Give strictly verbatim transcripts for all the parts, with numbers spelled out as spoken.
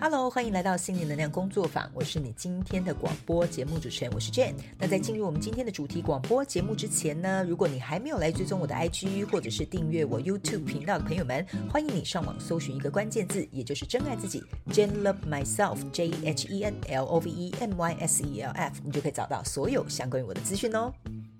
Hello， 欢迎来到心灵能量工作坊，我是你今天的广播节目主持人，我是 Jane。 那在进入我们今天的主题广播节目之前呢，如果你还没有来追踪我的 I G 或者是订阅我 YouTube 频道的朋友们，欢迎你上网搜寻一个关键字，也就是真爱自己 Jane Love Myself J H E N L O V E M Y S E L F， 你就可以找到所有相关于我的资讯哦。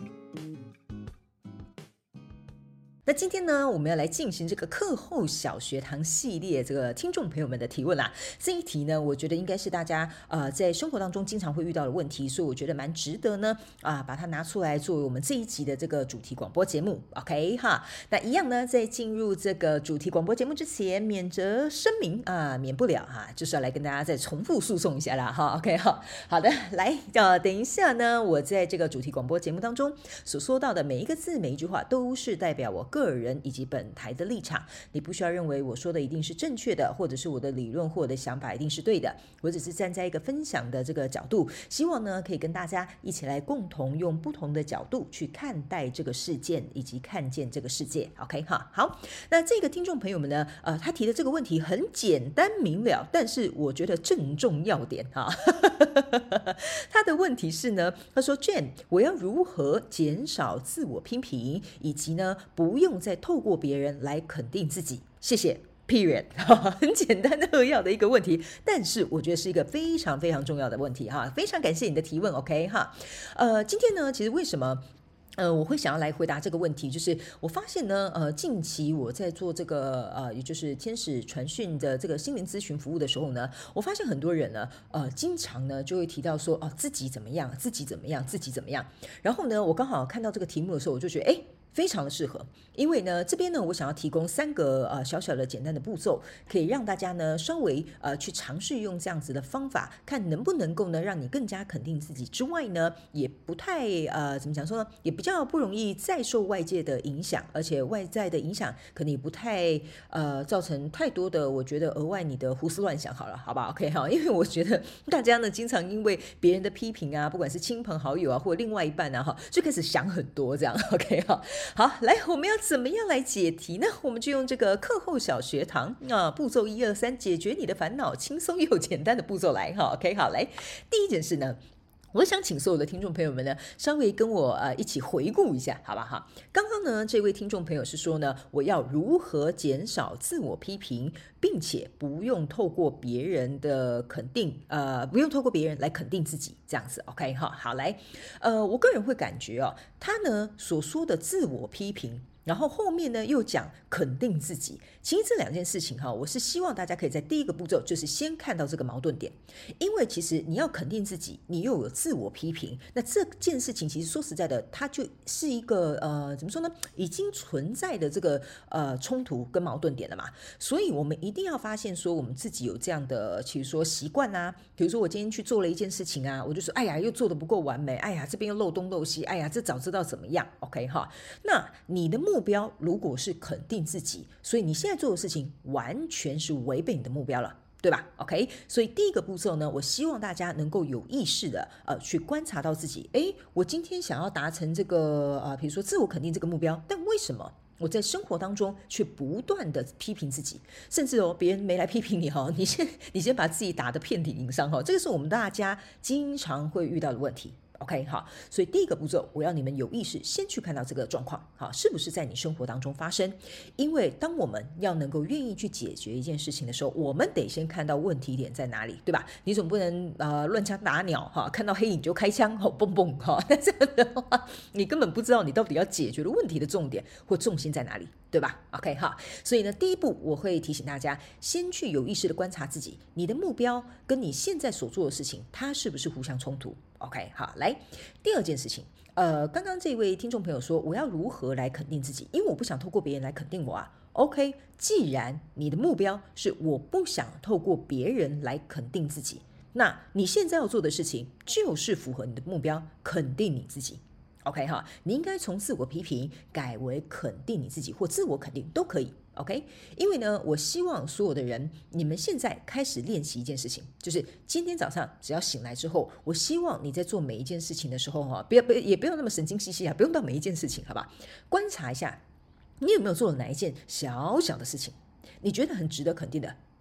那今天呢，我们要来进行这个课后小学堂系列，这个听众朋友们的提问啦。这一题呢，我觉得应该是大家呃在生活当中经常会遇到的问题，所以我觉得蛮值得呢啊把它拿出来作为我们这一集的这个主题广播节目 ，OK 哈。那一样呢，在进入这个主题广播节目之前，免责声明啊，免不了哈，就是要来跟大家再重复诉讼一下啦哈 ，OK 哈。好的，来呃，等一下呢，我在这个主题广播节目当中所说到的每一个字、每一句话，都是代表我个人以及本台的立场，你不需要认为我说的一定是正确的，或者是我的理论或我的想法一定是对的，我只是站在一个分享的这个角度，希望呢可以跟大家一起来共同用不同的角度去看待这个事件以及看见这个世界 OK 哈。好，那这个听众朋友们呢呃，他提的这个问题很简单明了，但是我觉得正中要点哈。他的问题是呢，他说 Jane， 我要如何减少自我批评，以及呢不用再透过别人来肯定自己，谢谢 period 很简单扼要的一个问题，但是我觉得是一个非常非常重要的问题哈，非常感谢你的提问 OK 哈。呃，今天呢其实为什么呃，我会想要来回答这个问题，就是我发现呢，呃，近期我在做这个呃，也就是天使传讯的这个心灵咨询服务的时候呢，我发现很多人呢，呃，经常呢就会提到说，哦，自己怎么样，自己怎么样，自己怎么样。然后呢，我刚好看到这个题目的时候，我就觉得，哎。非常的适合，因为呢，这边呢，我想要提供三个呃小小的简单的步骤，可以让大家呢稍微呃去尝试用这样子的方法，看能不能够呢让你更加肯定自己之外呢，也不太呃怎么讲说呢，也比较不容易再受外界的影响，而且外在的影响可能也不太呃造成太多的，我觉得额外你的胡思乱想好了，好吧 ？OK 哈，因为我觉得大家呢经常因为别人的批评啊，不管是亲朋好友啊，或者另外一半啊哈，就开始想很多这样 OK 哈。好，来，我们要怎么样来解题呢？我们就用这个课后小学堂啊，步骤一二三，解决你的烦恼，轻松又简单的步骤来哈。OK， 好，来，第一件事呢。我想请所有的听众朋友们呢，稍微跟我呃一起回顾一下，好吧哈。刚刚呢，这位听众朋友是说呢，我要如何减少自我批评，并且不用透过别人的肯定，呃，不用透过别人来肯定自己，这样子 ，OK 哈。好，来，呃，我个人会感觉哦，他呢所说的自我批评。然后后面呢又讲肯定自己，其实这两件事情哈，我是希望大家可以在第一个步骤就是先看到这个矛盾点，因为其实你要肯定自己，你又有自我批评，那这件事情其实说实在的，它就是一个呃怎么说呢，已经存在的这个呃冲突跟矛盾点了嘛，所以我们一定要发现说我们自己有这样的，比如说习惯啊，比如说我今天去做了一件事情啊，我就说哎呀又做得不够完美，哎呀这边又漏东漏西，哎呀这早知道怎么样 ，OK 哈，那你的目目标如果是肯定自己，所以你现在做的事情完全是违背你的目标了，对吧 ？OK， 所以第一个步骤呢，我希望大家能够有意识的呃去观察到自己，诶，我今天想要达成这个呃，比如说自我肯定这个目标，但为什么我在生活当中却不断的批评自己，甚至哦别人没来批评你哈、哦，你先你先把自己打得遍体鳞伤哈、哦，这个是我们大家经常会遇到的问题。OK 好，所以第一个步骤，我要你们有意识先去看到这个状况，好，是不是在你生活当中发生？因为当我们要能够愿意去解决一件事情的时候，我们得先看到问题点在哪里，对吧？你总不能呃乱枪打鸟哈，看到黑影就开枪，好蹦蹦哈，那这样的话，你根本不知道你到底要解决的问题的重点或重心在哪里，对吧 ？OK 哈，所以呢，第一步我会提醒大家，先去有意识的观察自己，你的目标跟你现在所做的事情，它是不是互相冲突？ OK 好，来第二件事情，呃，刚刚这位听众朋友说我要如何来肯定自己，因为我不想透过别人来肯定我啊。OK， 既然你的目标是我不想透过别人来肯定自己，那你现在要做的事情就是符合你的目标，肯定你自己。OK 哈，你应该从自我批评改为肯定你自己，或自我肯定都可以。OK， 因为呢，我希望所有的人，你们现在开始练习一件事情，就是今天早上只要醒来之后，我希望你在做每一件事情的时候哈，不要不也不要那么神经兮兮啊，不用到每一件事情，好吧？观察一下，你有没有做了哪一件小小的事情，你觉得很值得肯定的？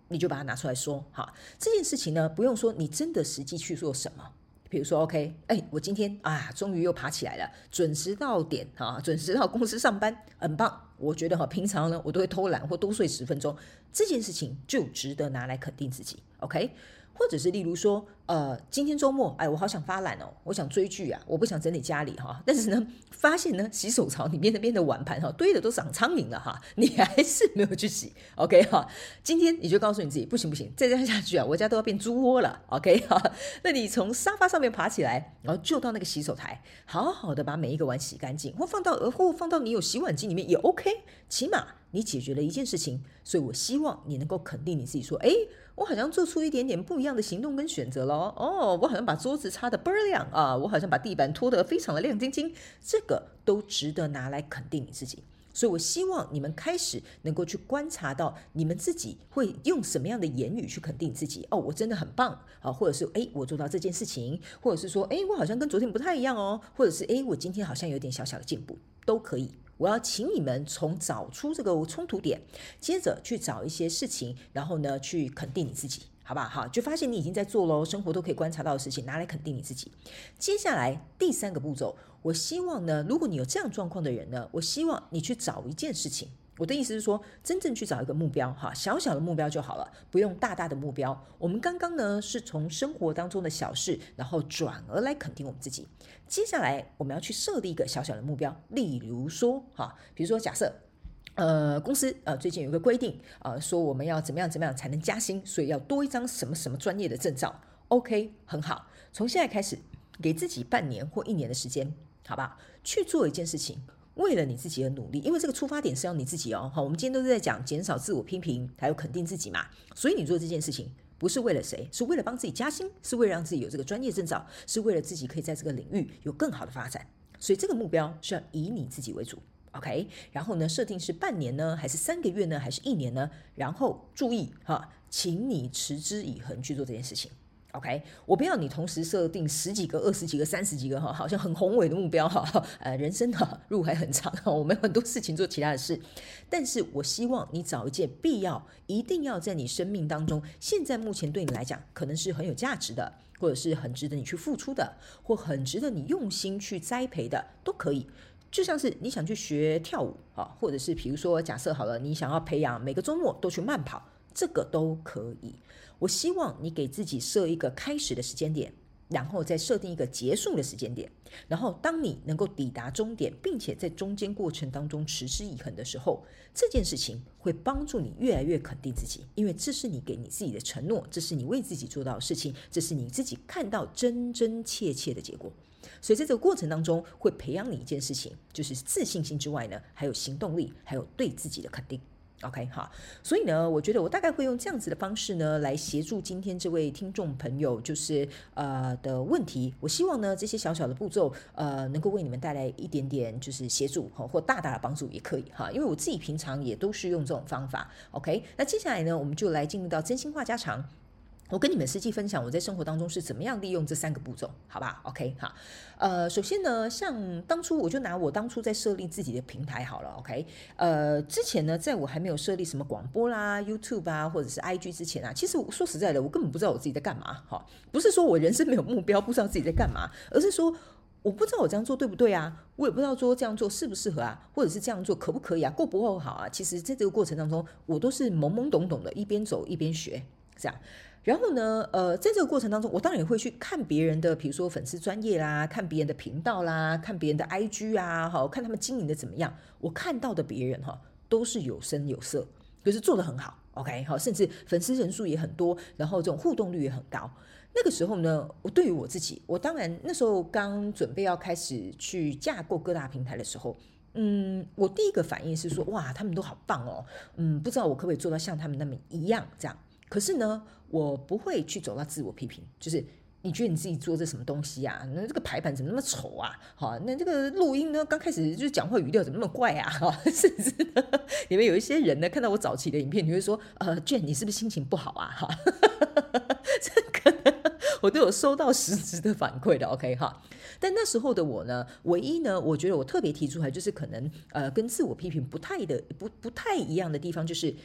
你就把它拿出来说。好，这件事情呢，不用说你真的实际去做什么。比如说 OK， 哎，我今天啊，终于又爬起来了，准时到点啊，准时到公司上班，很棒。我觉得哈，平常呢我都会偷懒或多睡十分钟，这件事情就值得拿来肯定自己 OK。或者是例如说，呃，今天周末，哎，我好想发懒哦，我想追剧啊，我不想整理家里哈，但是呢，发现呢，洗手槽里面那边的碗盘哈，堆的都长苍蝇了哈，你还是没有去洗 ，OK 哈，今天你就告诉你自己，不行不行，再这样下去啊，我家都要变猪窝了 ，OK 哈，那你从沙发上面爬起来，然后就到那个洗手台，好好的把每一个碗洗干净，或放到或放到你有洗碗机里面也 OK， 起码你解决了一件事情，所以我希望你能够肯定你自己说，哎，我好像做出一点点不一样的行动跟选择咯。哦，我好像把桌子擦得倍儿亮啊，我好像把地板拖得非常的亮晶晶，这个都值得拿来肯定你自己。所以我希望你们开始能够去观察到你们自己会用什么样的言语去肯定自己。哦，我真的很棒啊，或者是哎，我做到这件事情，或者是说哎，我好像跟昨天不太一样哦，或者是哎，我今天好像有点小小的进步，都可以。我要请你们从找出这个冲突点，接着去找一些事情，然后呢去肯定你自己，好不好？好，就发现你已经在做咯，生活都可以观察到的事情，拿来肯定你自己。接下来第三个步骤，我希望呢，如果你有这样状况的人呢，我希望你去找一件事情。我的意思是说，真正去找一个目标哈，小小的目标就好了，不用大大的目标。我们刚刚呢是从生活当中的小事，然后转而来肯定我们自己。接下来我们要去设立一个小小的目标，例如说哈，比如说假设呃，公司呃最近有一个规定啊、呃，说我们要怎么样怎么样才能加薪，所以要多一张什么什么专业的证照。OK， 很好，从现在开始给自己半年或一年的时间，好不好？去做一件事情。为了你自己而努力，因为这个出发点是要你自己哦。好，我们今天都是在讲减少自我批评，还有肯定自己嘛。所以你做这件事情不是为了谁，是为了帮自己加薪，是为了让自己有这个专业证照，是为了自己可以在这个领域有更好的发展。所以这个目标是要以你自己为主 ，OK？ 然后呢，设定是半年呢，还是三个月呢，还是一年呢？然后注意哈，请你持之以恒去做这件事情。OK， 我不要你同时设定十几个、二十几个、三十几个哈，好像很宏伟的目标哈。呃，人生哈路还很长哈，我们有很多事情做其他的事，但是我希望你找一件必要、一定要在你生命当中，现在目前对你来讲可能是很有价值的，或者是很值得你去付出的，或很值得你用心去栽培的，都可以。就像是你想去学跳舞啊，或者是比如说假设好了，你想要培养每个周末都去慢跑，这个都可以。我希望你给自己设一个开始的时间点，然后再设定一个结束的时间点，然后当你能够抵达终点，并且在中间过程当中持之以恒的时候，这件事情会帮助你越来越肯定自己，因为这是你给你自己的承诺，这是你为自己做到的事情，这是你自己看到真真切切的结果。所以在这个过程当中会培养你一件事情，就是自信心之外呢，还有行动力，还有对自己的肯定。OK 好，所以呢，我觉得我大概会用这样子的方式呢，来协助今天这位听众朋友，就是呃的问题。我希望呢，这些小小的步骤，呃，能够为你们带来一点点就是协助哈，或大大的帮助也可以哈。因为我自己平常也都是用这种方法。OK，那接下来呢，我们就来进入到真心话家常。我跟你们实际分享我在生活当中是怎么样利用这三个步骤，好吧 ？OK， 好，呃，首先呢，像当初我就拿我当初在设立自己的平台好了 ，OK， 呃，之前呢，在我还没有设立什么广播啦、YouTube 啊，或者是 I G 之前啊，其实我说实在的，我根本不知道我自己在干嘛，哈，不是说我人生没有目标，不知道自己在干嘛，而是说我不知道我这样做对不对啊，我也不知道说这样做适不适合啊，或者是这样做可不可以啊，够不够好啊？其实在这个过程当中，我都是懵懵懂懂的，一边走一边学，这样。然后呢，呃，在这个过程当中，我当然也会去看别人的，比如说粉丝专页啦，看别人的频道啦，看别人的 I G 啊，哈，看他们经营的怎么样。我看到的别人哈，都是有声有色，可是做得很好 ，OK， 好，甚至粉丝人数也很多，然后这种互动率也很高。那个时候呢，我对于我自己，我当然那时候刚准备要开始去架构各大平台的时候。嗯，我第一个反应是说，哇，他们都好棒哦，嗯，不知道我可不可以做到像他们那么一样这样。可是呢，我不会去走到自我批评，就是你觉得你自己做这什么东西啊？那这个排版怎么那么丑啊？好，那这个录音呢，刚开始就是讲话语调怎么那么怪啊？哈，甚至呢，里面有一些人呢，看到我早期的影片，你会说，呃，Jane，你是不是心情不好啊？哈，这个呢，我都有收到实质的反馈的 ，OK 哈。但那时候的我呢，唯一呢，我觉得我特别提出来，就是可能呃，跟自我批评不太的不不太一样的地方，就是。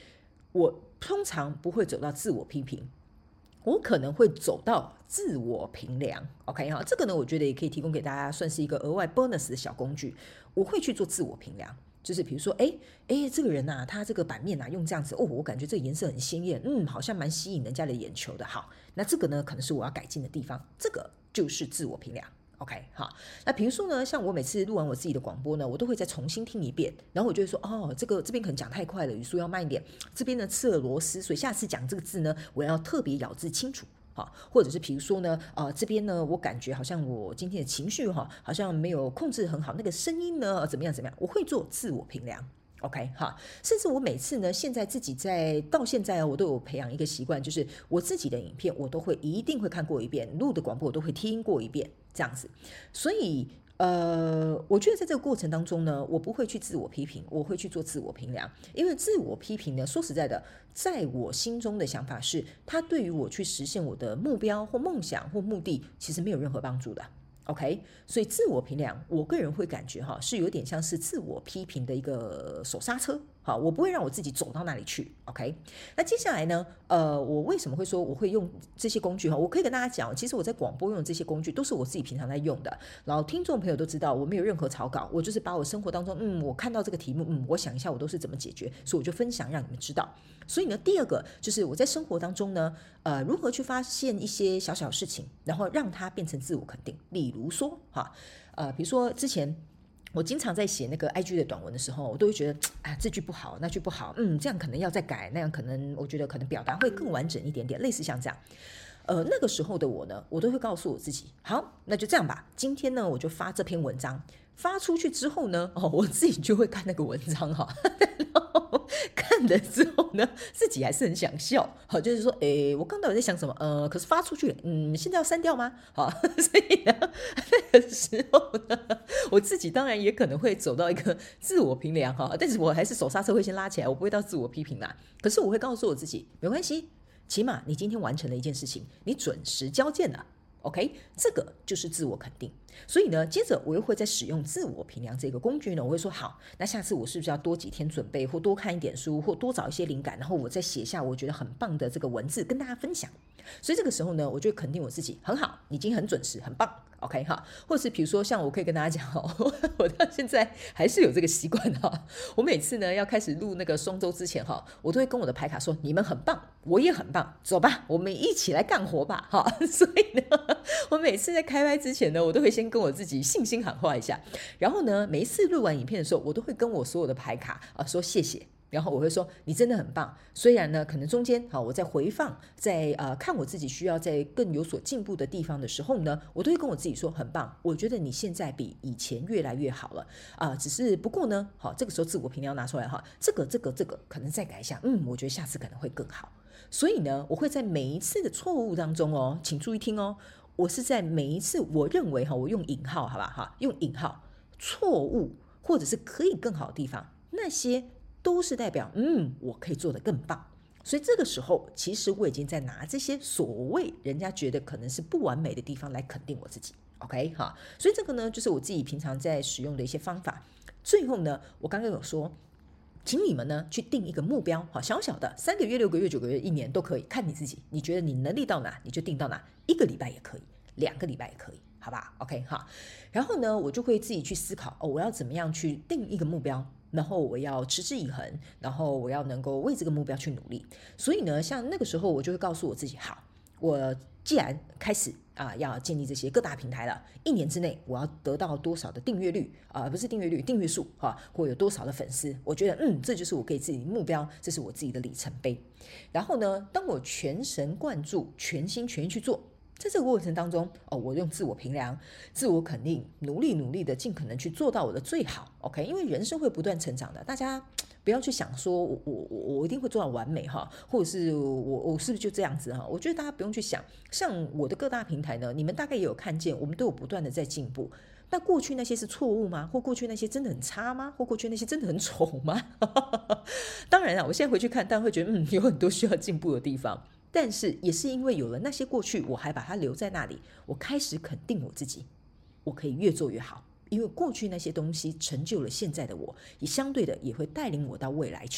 我通常不会走到自我批评，我可能会走到自我评量。 OK 哈，这个呢我觉得也可以提供给大家，算是一个额外 bonus 的小工具。我会去做自我评量，就是比如说哎哎，这个人啊，他这个版面啊用这样子，哦，我感觉这个颜色很鲜艳，嗯，好像蛮吸引人家的眼球的。好，那这个呢可能是我要改进的地方，这个就是自我评量。OK， 好，那比如说呢，像我每次录完我自己的广播呢，我都会再重新听一遍，然后我就会说，哦，这个这边可能讲太快了，语速要慢一点，这边呢吃了螺丝，所以下次讲这个字呢，我要特别咬字清楚。好，或者是比如说呢，呃，这边呢，我感觉好像我今天的情绪哈，好像没有控制很好，那个声音呢，怎么样怎么样，我会做自我评量。OK 哈，甚至我每次呢，现在自己在到现在我都有培养一个习惯，就是我自己的影片我都会一定会看过一遍，录的广播我都会听过一遍，这样子。所以呃，我觉得在这个过程当中呢，我不会去自我批评，我会去做自我评量。因为自我批评呢，说实在的，在我心中的想法是，它对于我去实现我的目标或梦想或目的，其实没有任何帮助的。OK， 所以自我评量，我个人会感觉哈，是有点像是自我批评的一个手刹车。好，我不会让我自己走到那里去。OK， 那接下来呢？呃，我为什么会说我会用这些工具哈？我可以跟大家讲，其实我在广播用的这些工具都是我自己平常在用的。然后听众朋友都知道，我没有任何草稿，我就是把我生活当中，嗯，我看到这个题目，嗯，我想一下我都是怎么解决，所以我就分享让你们知道。所以呢，第二个就是我在生活当中呢，呃，如何去发现一些小小事情，然后让它变成自我肯定。例如说，哈，呃，比如说之前。我经常在写那个 I G 的短文的时候，我都会觉得，啊，这句不好，那句不好，嗯，这样可能要再改，那样可能我觉得可能表达会更完整一点点，类似像这样。呃，那个时候的我呢，我都会告诉我自己，好，那就这样吧，今天呢，我就发这篇文章，发出去之后呢，哦，我自己就会看那个文章哈，然后看了之后呢，自己还是很想笑，好，就是说，诶，我刚到底在想什么？呃，可是发出去了，嗯，现在要删掉吗？好，所以呢，那个时候呢，我自己当然也可能会走到一个自我评量哈，但是我还是手刹车会先拉起来，我不会到自我批评啦。可是我会告诉我自己，没关系，起码你今天完成了一件事情，你准时交件了。OK， 这个就是自我肯定。所以呢，接着我又会再使用自我评量这个工具呢，我会说好，那下次我是不是要多几天准备，或多看一点书，或多找一些灵感，然后我再写下我觉得很棒的这个文字跟大家分享。所以这个时候呢，我就会肯定我自己，很好，你已经很准时，很棒。OK 哈，或是比如说像我可以跟大家讲哦，我到现在还是有这个习惯哈。我每次呢要开始录那个双周之前哈，我都会跟我的牌卡说，你们很棒，我也很棒，走吧，我们一起来干活吧哈。所以呢，我每次在开拍之前呢，我都会先跟我自己信心喊话一下，然后呢，每一次录完影片的时候，我都会跟我所有的牌卡啊说谢谢。然后我会说你真的很棒，虽然呢可能中间好我在回放在呃看我自己需要在更有所进步的地方的时候呢，我都会跟我自己说很棒，我觉得你现在比以前越来越好了啊、呃，只是不过呢好这个时候自我评量拿出来哈，这个这个这个可能再改一下，嗯，我觉得下次可能会更好。所以呢，我会在每一次的错误当中哦，请注意听哦，我是在每一次我认为哈，我用引号好吧哈，用引号错误或者是可以更好的地方，那些都是代表嗯我可以做得更棒。所以这个时候其实我已经在拿这些所谓人家觉得可能是不完美的地方来肯定我自己。 OK 哈，所以这个呢就是我自己平常在使用的一些方法。最后呢，我刚刚有说请你们呢去定一个目标，好，小小的，三个月、六个月、九个月、一年都可以，看你自己，你觉得你能力到哪，你就定到哪，一个礼拜也可以，两个礼拜也可以，好吧 ？OK 哈，然后呢，我就会自己去思考，哦，我要怎么样去定一个目标，然后我要持之以恒，然后我要能够为这个目标去努力。所以呢，像那个时候，我就会告诉我自己，好，我既然开始啊，要建立这些各大平台了，一年之内我要得到多少的订阅率啊？不是订阅率，订阅数哈，或有多少的粉丝？我觉得，嗯，这就是我给自己的目标，这是我自己的里程碑。然后呢，当我全神贯注、全心全意去做，在这个过程当中，哦，我用自我评量、自我肯定，努力努力的，尽可能去做到我的最好。OK， 因为人生会不断成长的，大家不要去想说我我我我一定会做到完美哈，或者是我我是不是就这样子哈？我觉得大家不用去想，像我的各大平台呢，你们大概也有看见，我们都有不断的在进步。那过去那些是错误吗？或过去那些真的很差吗？或过去那些真的很丑吗？当然啊，我现在回去看，当然会觉得嗯，有很多需要进步的地方。但是也是因为有了那些过去，我还把它留在那里，我开始肯定我自己，我可以越做越好。因为过去那些东西成就了现在的我，也相对的也会带领我到未来去。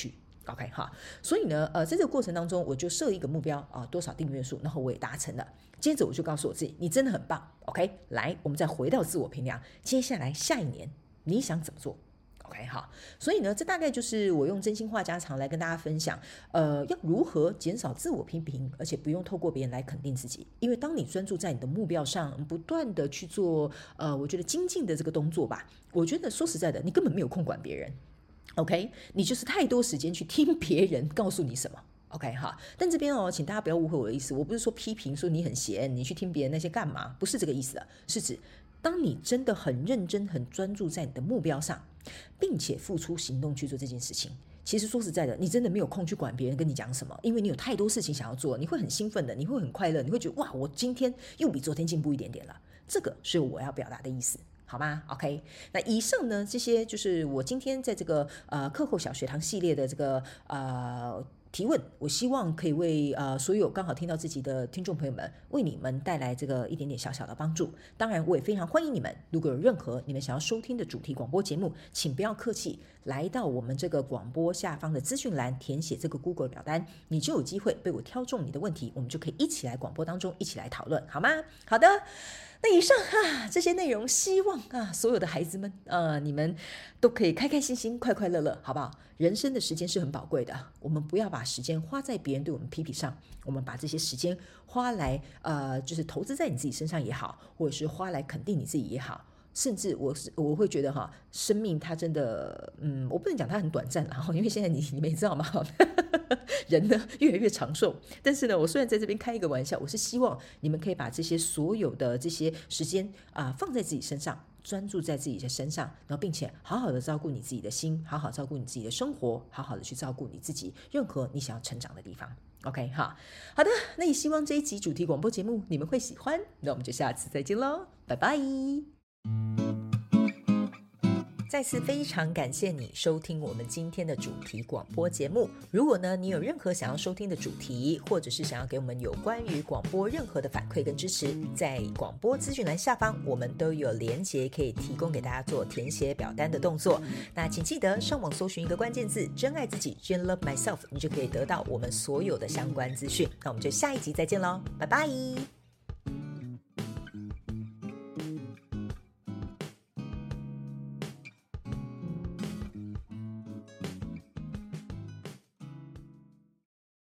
OK 哈，所以呢，呃，在这个过程当中，我就设一个目标啊、呃，多少订阅数，然后我也达成了。接着我就告诉我自己，你真的很棒 ，OK， 来，我们再回到自我评量，接下来下一年你想怎么做 ？OK 好，所以呢，这大概就是我用真心话家常来跟大家分享，呃，要如何减少自我批评，而且不用透过别人来肯定自己，因为当你专注在你的目标上，不断的去做，呃，我觉得精进的这个动作吧，我觉得说实在的，你根本没有空管别人。OK， 你就是太多时间去听别人告诉你什么。OK 哈，但这边哦，请大家不要误会我的意思，我不是说批评说你很闲，你去听别人那些干嘛？不是这个意思的，是指当你真的很认真、很专注在你的目标上，并且付出行动去做这件事情。其实说实在的，你真的没有空去管别人跟你讲什么，因为你有太多事情想要做，你会很兴奋的，你会很快乐，你会觉得哇，我今天又比昨天进步一点点了。这个是我要表达的意思。好吗 ？OK， 那以上呢，这些就是我今天在这个呃课后小学堂系列的这个呃提问，我希望可以为呃所有刚好听到自己的听众朋友们，为你们带来这个一点点小小的帮助。当然，我也非常欢迎你们，如果有任何你们想要收听的主题广播节目，请不要客气，来到我们这个广播下方的资讯栏，填写这个 Google 表单，你就有机会被我挑中你的问题，我们就可以一起来广播当中一起来讨论，好吗？好的。那以上啊这些内容，希望啊所有的孩子们啊，你们都可以开开心心、快快乐乐，好不好？人生的时间是很宝贵的，我们不要把时间花在别人对我们批评上，我们把这些时间花来呃，就是投资在你自己身上也好，或者是花来肯定你自己也好。甚至我是我会觉得哈，生命它真的，嗯，我不能讲它很短暂啦，因为现在你你们也知道嘛，人呢越来越长寿。但是呢，我虽然在这边开一个玩笑，我是希望你们可以把这些所有的这些时间啊、呃、放在自己身上，专注在自己的身上，然后并且好好的照顾你自己的心，好好照顾你自己的生活，好好的去照顾你自己任何你想要成长的地方。OK 哈，好的，那也希望这一集主题广播节目你们会喜欢，那我们就下次再见喽，拜拜。再次非常感谢你收听我们今天的主题广播节目。如果呢你有任何想要收听的主题，或者是想要给我们有关于广播任何的反馈跟支持，在广播资讯栏下方我们都有连结可以提供给大家做填写表单的动作。那请记得上网搜寻一个关键字真爱自己 Jen Love Myself， 你就可以得到我们所有的相关资讯。那我们就下一集再见咯，拜拜。